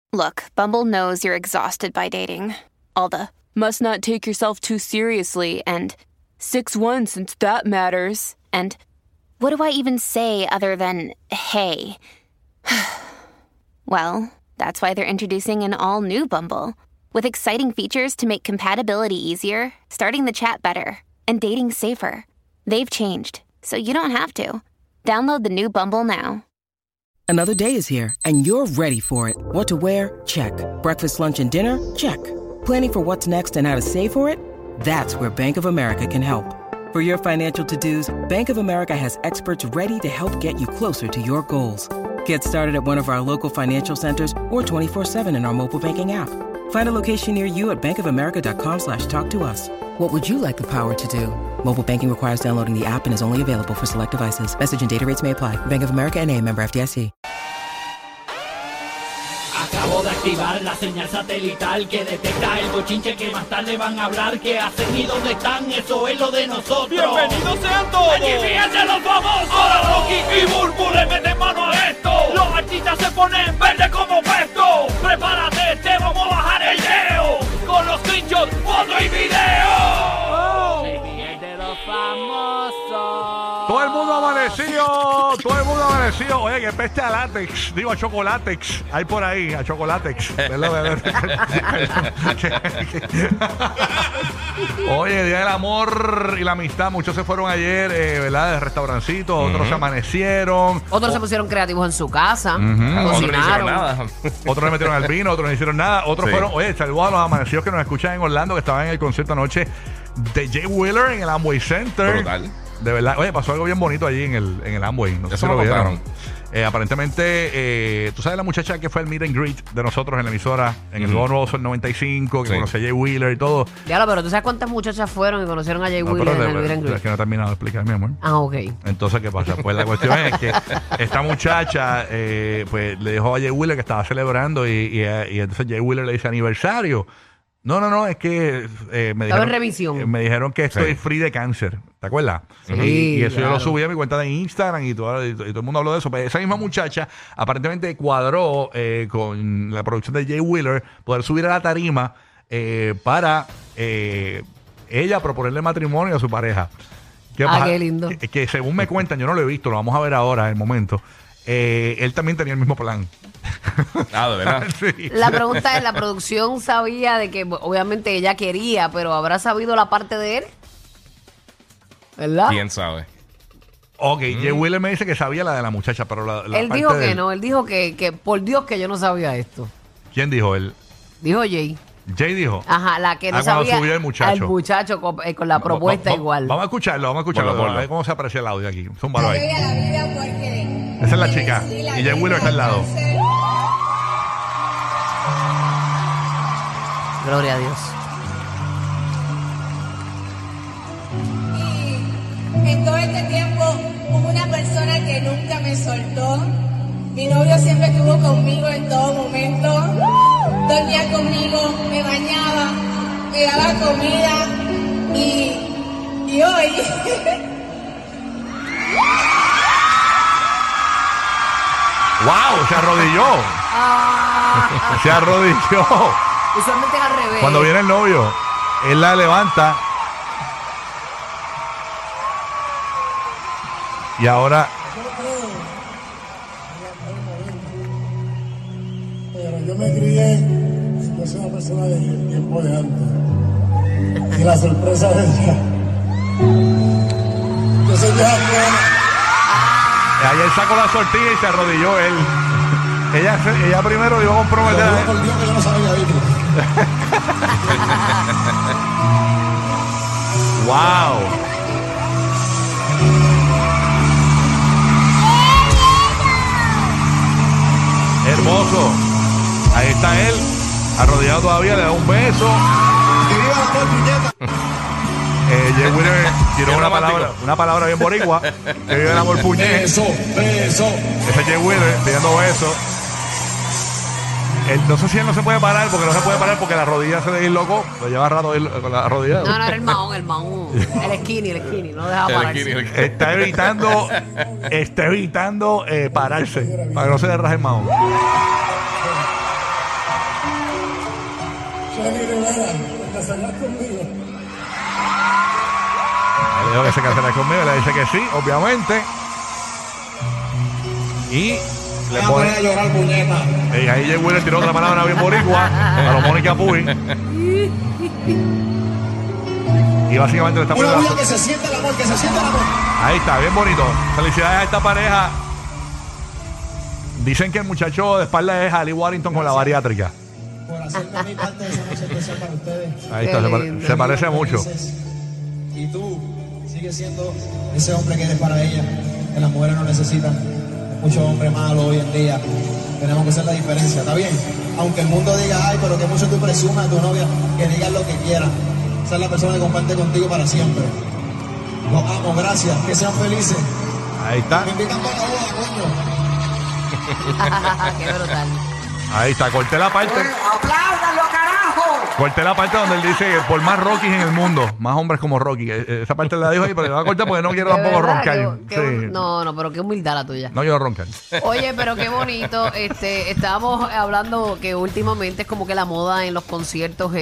Look, Bumble knows you're exhausted by dating. All the must not take yourself too seriously and 6'1" since that matters. And what do I even say other than hey? Well, that's why they're introducing an all-new Bumble with exciting features to make compatibility easier, starting the chat better, and dating safer. They've changed, so you don't have to. Download the new Bumble now. Another day is here, and you're ready for it. What to wear? Check. Breakfast, lunch, and dinner? Check. Planning for what's next and how to save for it? That's where Bank of America can help. For your financial to-dos, Bank of America has experts ready to help get you closer to your goals. Get started at one of our local financial centers or 24/7 in our mobile banking app. Find a location near you at bankofamerica.com/talktous. What would you like the power to do? Mobile banking requires downloading the app and is only available for select devices. Message and data rates may apply. Bank of America N.A., member FDIC. Acabo de activar la señal satelital que detecta el bochinche que más tarde van a hablar. ¿Qué hacen y dónde están? Eso es lo de nosotros. ¡Bienvenidos sean todos! ¡Aquí fíjense los famosos! Ahora Rocky y Burbu le meten mano a esto. Los artistas se ponen verde como puesto. Prepárate, te vamos a bajar el leo. Con los screenshots, foto y video. Es de los famosos. Todo el mundo amanecido. Oye, que peste a látex, digo a chocolatex. Hay por ahí, a chocolatex. Oye, Día del Amor y la Amistad. Muchos se fueron ayer, ¿verdad? De restaurancitos, otros se amanecieron. Otros se pusieron creativos en su casa. Cocinaron. Otros no hicieron nada. Otros le metieron al vino, otros no hicieron nada. Otros fueron, oye, saludos a los amanecidos que nos escuchan en Orlando, que estaban en el concierto anoche de Jay Wheeler en el Amway Center. Brutal. De verdad, oye, pasó algo bien bonito allí en el Amway. No sé si Eso lo me vieron. contaron. Aparentemente, tú sabes la muchacha que fue al meet and greet de nosotros en la emisora, en el Nuevo Sol 95, que Sí. conoció a Jay Wheeler y todo. Diablo, pero ¿tú sabes cuántas muchachas fueron y conocieron a Jay Wheeler en el Meet and Greet? Es que no he terminado de explicar, mi amor. Ah, ok. Entonces, ¿qué pasa? Pues la cuestión es que esta muchacha pues le dijo a Jay Wheeler que estaba celebrando y entonces Jay Wheeler le dice aniversario. No, es que me Estaba dijeron, en revisión. me dijeron que estoy Sí. free de cáncer. ¿Te acuerdas? Sí, Y eso yo claro. lo subí a mi cuenta de Instagram y todo el mundo habló de eso. Pero esa misma muchacha aparentemente cuadró con la producción de Jay Wheeler poder subir a la tarima para ella proponerle matrimonio a su pareja. ¿Qué pasa? Qué lindo. Que según me cuentan, yo no lo he visto, lo vamos a ver ahora en el momento. Él también tenía el mismo plan. Ah, de verdad. Sí. La pregunta es, ¿la producción sabía de que obviamente ella quería, pero habrá sabido la parte de él? ¿Verdad? ¿Quién sabe? Ok, Jay Wheeler me dice que sabía la de la muchacha, pero la Él parte dijo de que él- no, él dijo que por Dios que yo no sabía esto. ¿Quién dijo? Él. Dijo Jay. Jay dijo. Ajá, la que no cuando sabía. subió el muchacho. Al muchacho con la propuesta igual. Vamos a escucharlo, Ponlo. a ver cómo se aprecia el audio aquí. Zúmbalo ahí. a la vida porque Esa es la chica. Y Jay Wheeler está al lado. Gloria a Dios. Y en todo este tiempo hubo una persona que nunca me soltó. Mi novio siempre estuvo conmigo en todo momento. Dormía conmigo, me bañaba, me daba comida y hoy ¡Wow! Se arrodilló. Se arrodilló. Usualmente es al revés. Cuando viene el novio, él la levanta. Y ahora. Pero yo me crié, yo soy una persona del tiempo de antes. Y la sorpresa de ella. Yo soy vieja buena. Ahí él sacó la sortilla y se arrodilló él. Ella primero iba a comprometer. Yo por Dios que yo no sabía ir. ¡Wow! Hermoso. Ahí está él, arrodillado todavía, le da un beso. Jay Wheeler tiró una palabra bien boricua. Que vive el amor puñet. Beso. Ese es Jay Wheeler pidiendo beso. No sé si él no se puede parar porque la rodilla se debe ir loco. Lo lleva rato con la rodilla. No, era el mahón. El skinny, no dejaba pararse. Está evitando pararse para que no se le raje el mahón. casarías conmigo. Le dijo que se casaría conmigo, le dice que sí, obviamente. Y le pone a llorar, puñeta. y ahí Jay Wheeler tiró otra palabra bien boricua a lo Mónica Puy. Y básicamente le está Una poniendo bulla que se siente el amor, que se siente el amor. ahí está, bien bonito. Felicidades a esta pareja. Dicen que el muchacho de espalda es Ali Warrington con la bariátrica. Por hacerme mi parte de esa noche especial para ustedes. Ahí está, Qué lindo. se parece mucho. Y tú sigues siendo ese hombre que eres para ella, que las mujeres no necesitan. Muchos hombres malos hoy en día. Tenemos que hacer la diferencia, ¿está bien? Aunque el mundo diga, ay, pero que mucho tú presumas de tu novia, que digan lo que quieran. Esa es la persona que comparte contigo para siempre. Los amo, gracias, que sean felices. Ahí está, Me invitan para la boda, coño. Qué brutal. ahí está. Corté la parte. ¡Apláudanlo, carajo! Corté la parte donde él dice que por más Rocky en el mundo, más hombres como Rocky. Esa parte la dijo ahí, pero la voy a cortar porque no quiero De tampoco verdad, roncar. qué- Sí. no, pero qué humildad la tuya. No quiero roncar. Oye, pero qué bonito. Estábamos hablando que últimamente es como que la moda en los conciertos,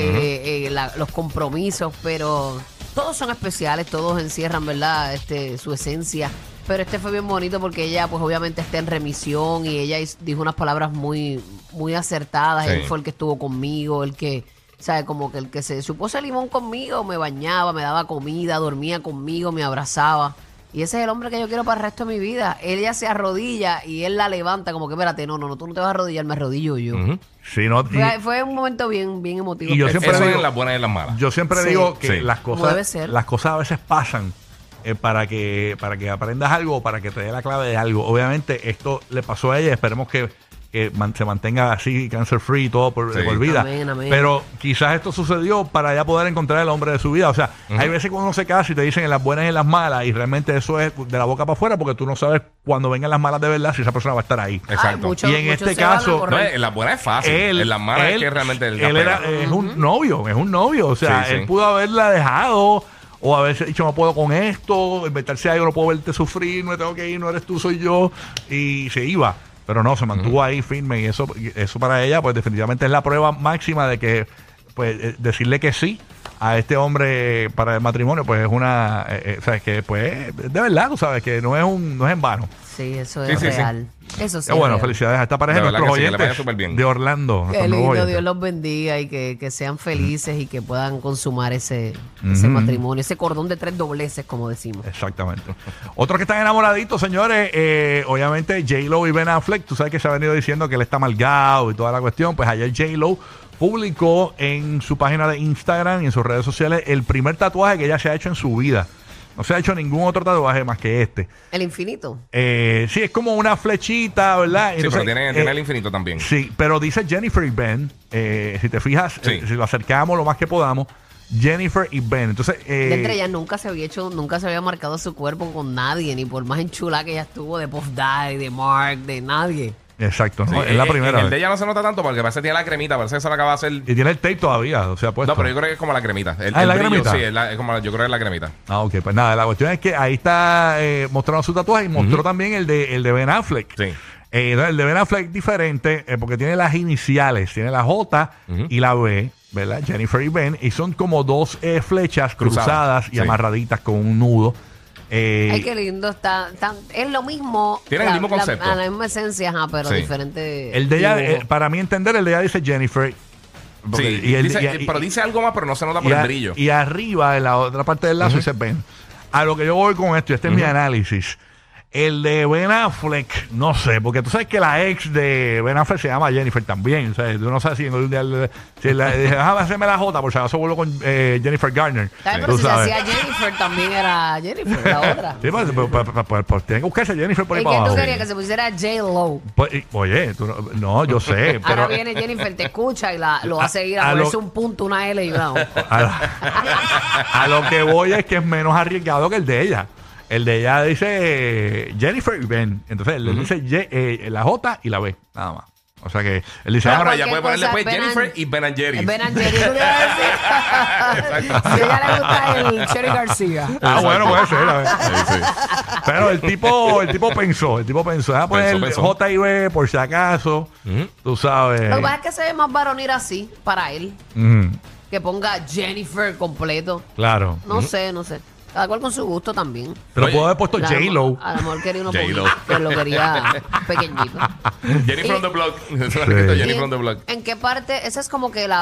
los compromisos, pero todos son especiales, todos encierran, ¿verdad? Su esencia. Pero fue bien bonito porque ella, pues obviamente está en remisión y ella dijo unas palabras muy, muy acertadas. Sí. Él fue el que estuvo conmigo, el que, ¿sabes? Como que el que se supo ese limón conmigo, me bañaba, me daba comida, dormía conmigo, me abrazaba. Y ese es el hombre que yo quiero para el resto de mi vida. Ella se arrodilla y él la levanta como que, espérate, no, tú no te vas a arrodillar, me arrodillo yo. Sí, no, Fue un momento bien, bien emotivo. Y yo siempre Eso digo- en las buenas y en las malas. yo siempre Sí. digo que Sí. las Como debe cosas ser. a veces pasan para que aprendas algo o para que te dé la clave de algo. Obviamente esto le pasó a ella, esperemos que se mantenga así, cancer free y todo por Sí. vida. Amén, amén. Pero quizás esto sucedió para ella poder encontrar el hombre de su vida. O sea, hay veces cuando uno se casa y te dicen en las buenas y en las malas, y realmente eso es de la boca para afuera porque tú no sabes cuando vengan las malas de verdad si esa persona va a estar ahí. Exacto. muchos- Y en muchos este se van a caso- correr. No, en las buenas es fácil. En las malas es que realmente él era, es un novio. O sea, Sí, sí. él pudo haberla dejado o haberse dicho no puedo con esto, inventarse algo, no puedo verte sufrir, no me tengo que ir, no eres tú, soy yo, y se iba. Pero no, se mantuvo ahí firme y eso para ella pues definitivamente es la prueba máxima de que pues decirle que sí a este hombre para el matrimonio pues es una, sabes que pues de verdad, tú sabes que no es en vano. Sí, eso Sí, es sí, sí. real. Eso sí. Qué bueno, es real. felicidades a esta pareja, De verdad nuestros que sí, que le vaya oyentes súper bien. de Orlando. Qué nuestros nuevos lindo, oyentes. Dios los bendiga y que sean felices y que puedan consumar ese matrimonio, ese cordón de 3 dobleces, como decimos. Exactamente. Otros que están enamoraditos, señores, obviamente J-Lo y Ben Affleck, tú sabes que se ha venido diciendo que él está amargado y toda la cuestión, pues ayer J-Lo publicó en su página de Instagram y en sus redes sociales el primer tatuaje que ella se ha hecho en su vida. No se ha hecho ningún otro tatuaje más que este. El infinito. Sí, es como una flechita, ¿verdad? Sí, pero tiene el infinito también. Sí, pero dice Jennifer y Ben, si te fijas, Sí. si lo acercamos lo más que podamos, Jennifer y Ben. Entonces, De entre ellas nunca se había marcado su cuerpo con nadie, ni por más enchulada que ella estuvo de Puff Daddy, de Mark, de nadie. exacto, ¿no? Sí, Es la primera El vez. de ella no se nota tanto porque parece que tiene la cremita, parece que se la acaba de hacer. Y tiene el tape todavía, o sea, puesto. No, pero yo creo que es como la cremita. ¿es la cremita? Sí, es como yo creo que es la cremita. Ah, ok, pues nada, la cuestión es que ahí está mostrando su tatuaje y mostró también el de Ben Affleck. Sí. El de Ben Affleck es diferente porque tiene las iniciales, tiene la J y la B, ¿verdad? Jennifer y Ben, y son como dos flechas cruzadas y Sí. amarraditas con un nudo. Ay, qué lindo está. Es lo mismo. Tienen el mismo concepto. La misma esencia, ajá, pero Sí. diferente. El de ella, dibujo. para mí entender, el de ella dice Jennifer. Sí, y el- dice- y- pero dice algo más, pero no se nota por el brillo. Y arriba, en la otra parte del lazo, dice Ben. A lo que yo voy con esto, y este es mi análisis. El de Ben Affleck, no sé, porque tú sabes que la ex de Ben Affleck se llama Jennifer también. O sea, tú no sabes si en un día déjame hacerme la J, por si acaso vuelvo con Jennifer Garner. ¿Sabes? Tú Pero si se sabes. hacía Jennifer, también era Jennifer, la otra. Sí, pues tienen que buscarse Jennifer por ahí ¿Y para qué tú abajo. querías? Que se pusiera J-Lo. Pues, oye, tú no, yo sé, pero Ahora viene Jennifer, te escucha y lo hace ir a a lo- ponerse un punto, una L y una O. a lo que voy es que es menos arriesgado que el de ella. El de ella dice Jennifer y Ben. Entonces él dice la J y la B, nada más. O sea que él dice, Ah, ahora pero ya puede cualquier ponerle cosa, pues Jennifer y Ben Jerry's. Ben and Jerry, ¿tú te vas a decir? Si a ella le gusta el Cherry García. bueno, puede ser. A ver. Sí, sí. Pero el tipo pensó, déjame poner Pensó. J y B por si acaso, tú sabes. Lo que pasa es que se ve más varonil así, para él. Ujú. Que ponga Jennifer completo. Claro. No sé. Cada cual con su gusto también. Pero Oye, puedo haber puesto J-Lo. A lo mejor quería uno J-Lo. poquito, pero lo quería pequeñito. Jenny Y- from the Block. Sí. Jenny ¿Y from the Block. ¿En qué parte? Esa es como que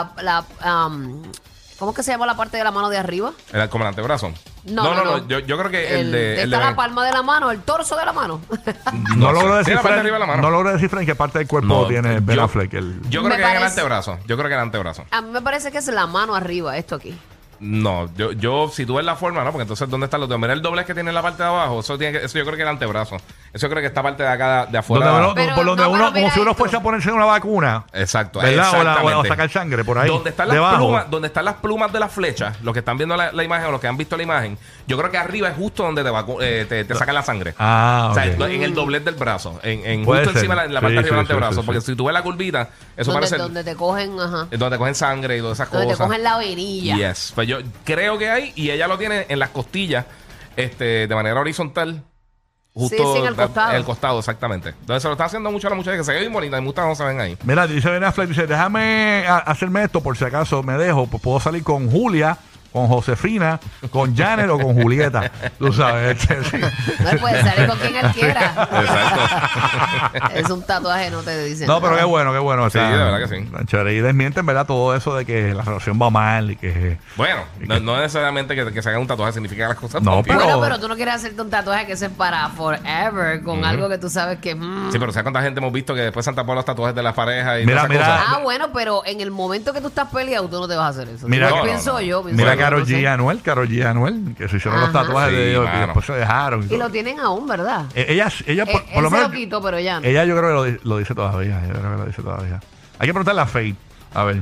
¿cómo es que se llama la parte de la mano de arriba? Era como el antebrazo. No. Yo creo que el de. Está la palma de la mano, el torso de la mano. No sé. logro Sí, la parte de descifrar. arriba de la mano. No logro descifrar en qué parte del cuerpo No, tiene Ben yo- Affleck. Yo Me creo que es el parece- antebrazo. Yo creo que el antebrazo. A mí me parece que es la mano arriba, esto aquí. No, yo si tú ves la forma, ¿no? Porque entonces, ¿dónde están los dedos? Mira el doblez que tiene en la parte de abajo. Eso yo creo que es el antebrazo. Eso yo creo que esta parte de acá, de afuera. Donde uno, Pero por donde no, uno, pero como mira si uno esto. fuese a ponerse una vacuna. Exacto. ¿Verdad? O Exactamente. sacar sangre por ahí. Donde están las debajo. plumas, donde están las plumas de las flechas, los que están viendo la imagen o los que han visto la imagen, yo creo que arriba es justo donde te sacan la sangre. Ah, O sea, ok. en el doblez del brazo, en Puede justo ser. encima en la Sí, parte de arriba del sí, antebrazo. sí, sí, Porque sí. si tú ves la curvita, eso parece Donde te cogen, ajá. donde te cogen sangre y todas esas Donde te cosas. cogen la venilla. Yes. Pues yo creo que hay, y ella lo tiene en las costillas, de manera horizontal. Justo Sí, en el costado. En el costado, exactamente. Entonces se lo está haciendo mucho a la muchacha que se ve bien bonita. Me gusta cómo se ven ahí. Mira, dice Ben Affleck, dice, déjame hacerme esto por si acaso me dejo. Pues puedo salir con Julia, con Josefina, con Janet o con Julieta. Tú sabes. Sí. No él puede salir con quien él quiera. Exacto. Es un tatuaje, no te dicen. No, pero nada. qué bueno, qué bueno. Sí, de verdad que sí. Chévere. Y desmienten, ¿verdad? Todo eso de que la relación va mal y que... Bueno, no necesariamente que se haga un tatuaje significa que las cosas No, van bien. pero- Bueno, pero tú no quieres hacerte un tatuaje que sea para forever con algo que tú sabes que. Sí, pero ¿sabes cuánta gente hemos visto que después se han tapado los tatuajes de las parejas y Mira, todas esas mira. cosas? Ah, bueno, pero en el momento que tú estás peleado, tú no te vas a hacer eso. Mira, Yo no, pienso no. yo. pienso Mira yo, Karol no G sé. y Anuel, que se hicieron los Ajá. tatuajes Sí, de ellos y mano. después se dejaron. Y lo tienen aún, ¿verdad? Ella por Él lo se menos... lo quitó, pero ya no. Ella yo creo que lo dice todavía. Yo creo que lo dice todavía. Hay que preguntarle a Faith. A ver.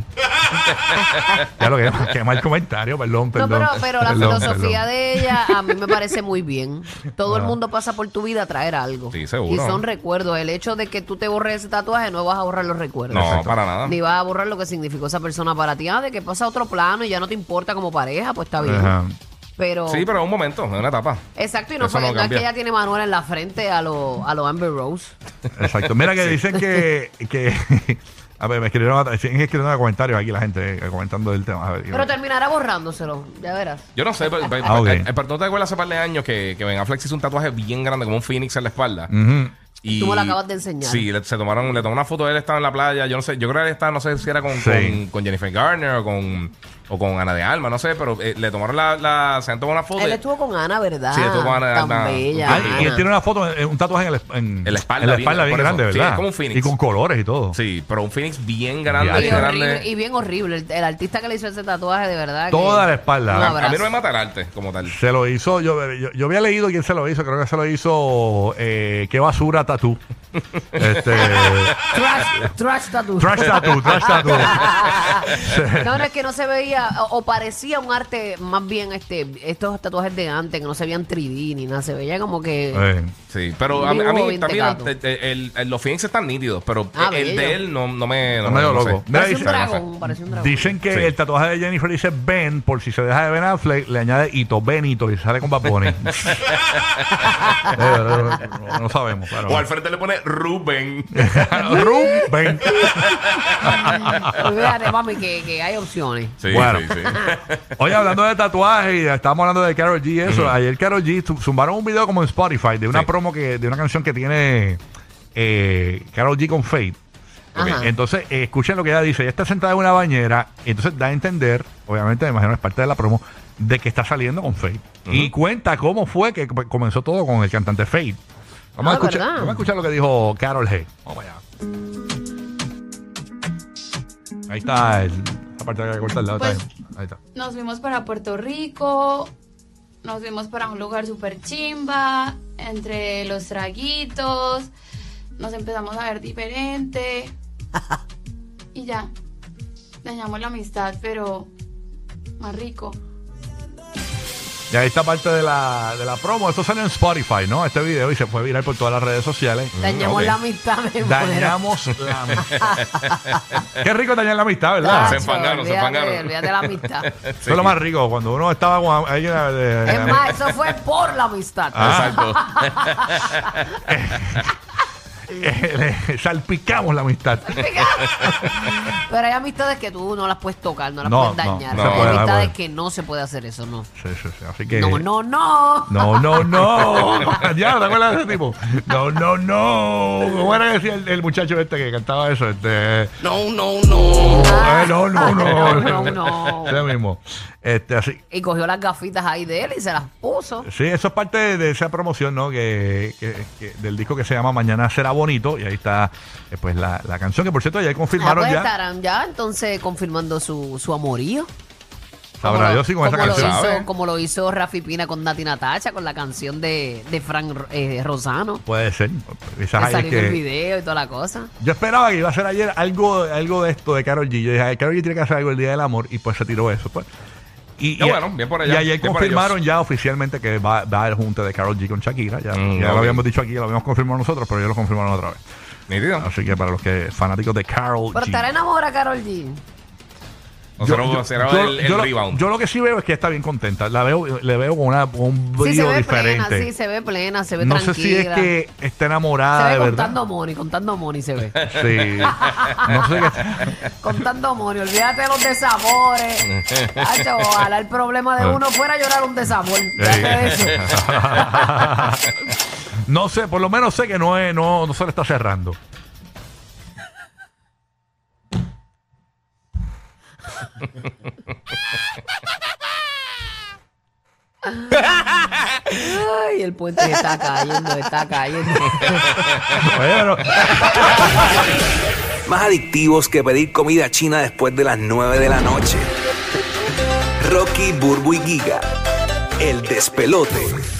Ya lo que mal comentario, perdón. No, pero la perdón, filosofía perdón. de ella a mí me parece muy bien. Todo el mundo pasa por tu vida a traer algo. Sí, seguro. Y son recuerdos. El hecho de que tú te borres ese tatuaje no vas a borrar los recuerdos. No, para nada. Ni vas a borrar lo que significó esa persona para ti. Ah, de que pasa a otro plano y ya no te importa como pareja, pues está bien. Ajá. Pero. Sí, pero es un momento, es una etapa. Exacto, y no, Eso no no es cambia. que ella tiene Manuel en la frente a lo Amber Rose. Exacto. Mira que dicen que a ver, me escribieron en comentarios aquí la gente comentando del tema. A ver, Pero terminará borrándoselo, ya verás. Yo no sé, pero ok. pero ¿no te acuerdas hace par de años que Ben Affleck hizo un tatuaje bien grande como un phoenix en la espalda? Ujú. Y Tú me lo acabas de enseñar. Sí, le tomó una foto de él, estaba en la playa, yo no sé, yo creo que él estaba, no sé si era Sí. con Jennifer Garner o con Ana de Alma, no sé, pero le tomaron se han tomado una foto. Él estuvo con Ana, ¿verdad? Sí, estuvo con Ana, Tan Ana. bella. Ah, y él Ana. tiene una foto, un tatuaje en la espalda, bien por eso. grande, Sí, ¿verdad? es como un phoenix. Y con colores y todo. Sí, pero un phoenix bien grande, Ya, Y, bien horrible, grande. y bien horrible. El artista que le hizo ese tatuaje, de verdad. Toda que- la espalda. Un A A mí abrazo. no me mata el arte como tal. Se lo hizo, yo había leído quién se lo hizo, creo que se lo hizo Qué Basura Tattoo. Trash tattoo. Trash Tattoo, Trash Tattoo. No, no, es que no se veía, o parecía un arte más bien estos tatuajes de antes, que no se veían 3D ni nada, se veía como que... Sí, pero Un a mí dibujo bien también tecato. los Phoenix están nítidos, pero Ah, el bello. de él no me... No me dio no sé. loco. Mira, Parece un dice- dragón, parece un dragón. Dicen que Sí. el tatuaje de Jennifer dice Ben, por si se deja de Ben Affleck, le añade Hito, Benito y sale con Bad Bunny. No sabemos. Claro. O al frente le pone Ruben. Ruben. Fíjate, mami, que hay opciones. Sí, Bueno. sí, sí. Oye, hablando de tatuajes, y estábamos hablando de Karol G y eso. Ayer Karol G zumbaron un video como en Spotify de una Sí. promo de una canción que tiene Karol G con Faith. Ajá. Entonces, escuchen lo que ella dice. Ella está sentada en una bañera, y entonces da a entender, obviamente, me imagino es parte de la promo, de que está saliendo con Faith. Y cuenta cómo fue que comenzó todo con el cantante Faith. Vamos, Ah, a escuchar, ¿verdad? vamos a escuchar lo que dijo Karol G. Vamos allá. Ahí está esa parte que hay que cortar. Pues- Ahí está. Nos fuimos para Puerto Rico, nos fuimos para un lugar súper chimba, entre los traguitos, nos empezamos a ver diferente y ya, dañamos la amistad, pero más rico. Y ahí está parte de la promo. Esto salió en Spotify, ¿no? Este video, y se fue viral por todas las redes sociales. Dañamos ok. la amistad, me muero. Dañamos la amistad. Qué rico dañar la amistad, ¿verdad? Se Tacho, enfangaron, se olvídate, enfangaron. olvídate de la amistad. Eso es lo más rico, cuando uno estaba con alguien Es más, eso fue por la amistad. Ah. Exacto. le salpicamos la amistad. Pero hay amistades que tú no las puedes tocar, no las No, puedes dañar. no Hay se puede, amistades no que no se puede hacer eso, no. Sí. Así que. No. No. Ya, ¿te acuerdas de ese tipo? No. ¿Cómo era que decía el muchacho este que cantaba eso? No. No. Ese mismo. Así. Y cogió las gafitas ahí de él y se las puso. Sí, eso es parte de esa promoción, ¿no? Que del disco que se llama Mañana Será Bonito. Y ahí está, pues, la canción que, por cierto, ya confirmaron ya. Estarán ya entonces confirmando su amorío. Sabrá Dios, sí, con esa canción. Como lo hizo Rafi Pina con Nati Natacha, con la canción de Frank Rosano. Puede ser. Quizás salió en el video y toda la cosa. Yo esperaba que iba a ser ayer algo de esto de Karol G. Yo dije, Karol G tiene que hacer algo el Día del Amor, y pues se tiró eso. Pues. Bueno, bien por allá. Y ayer confirmaron ya oficialmente que va a haber junte de Karol G con Shakira. Ya lo habíamos dicho aquí, lo habíamos confirmado nosotros, pero ya lo confirmaron otra vez. Nítido. Así que para los que fanáticos de Karol G. Pero estará enamorada Karol G. O será el rebound. Yo lo que sí veo es que está bien contenta. Le veo con un brillo diferente. Se ve plena, se ve no tranquila. sé si es que está enamorada se ve de verdad. Contando money se ve. Sí. No sé qué. Contando money, olvídate de los desamores. Hacho, ojalá el problema de uno fuera llorar un desamor. De eso. No sé, por lo menos sé que no se le está cerrando. Ay, el puente está cayendo. Bueno. Más adictivos que pedir comida china después de las 9 de la noche. Rocky, Burbu y Giga. El despelote.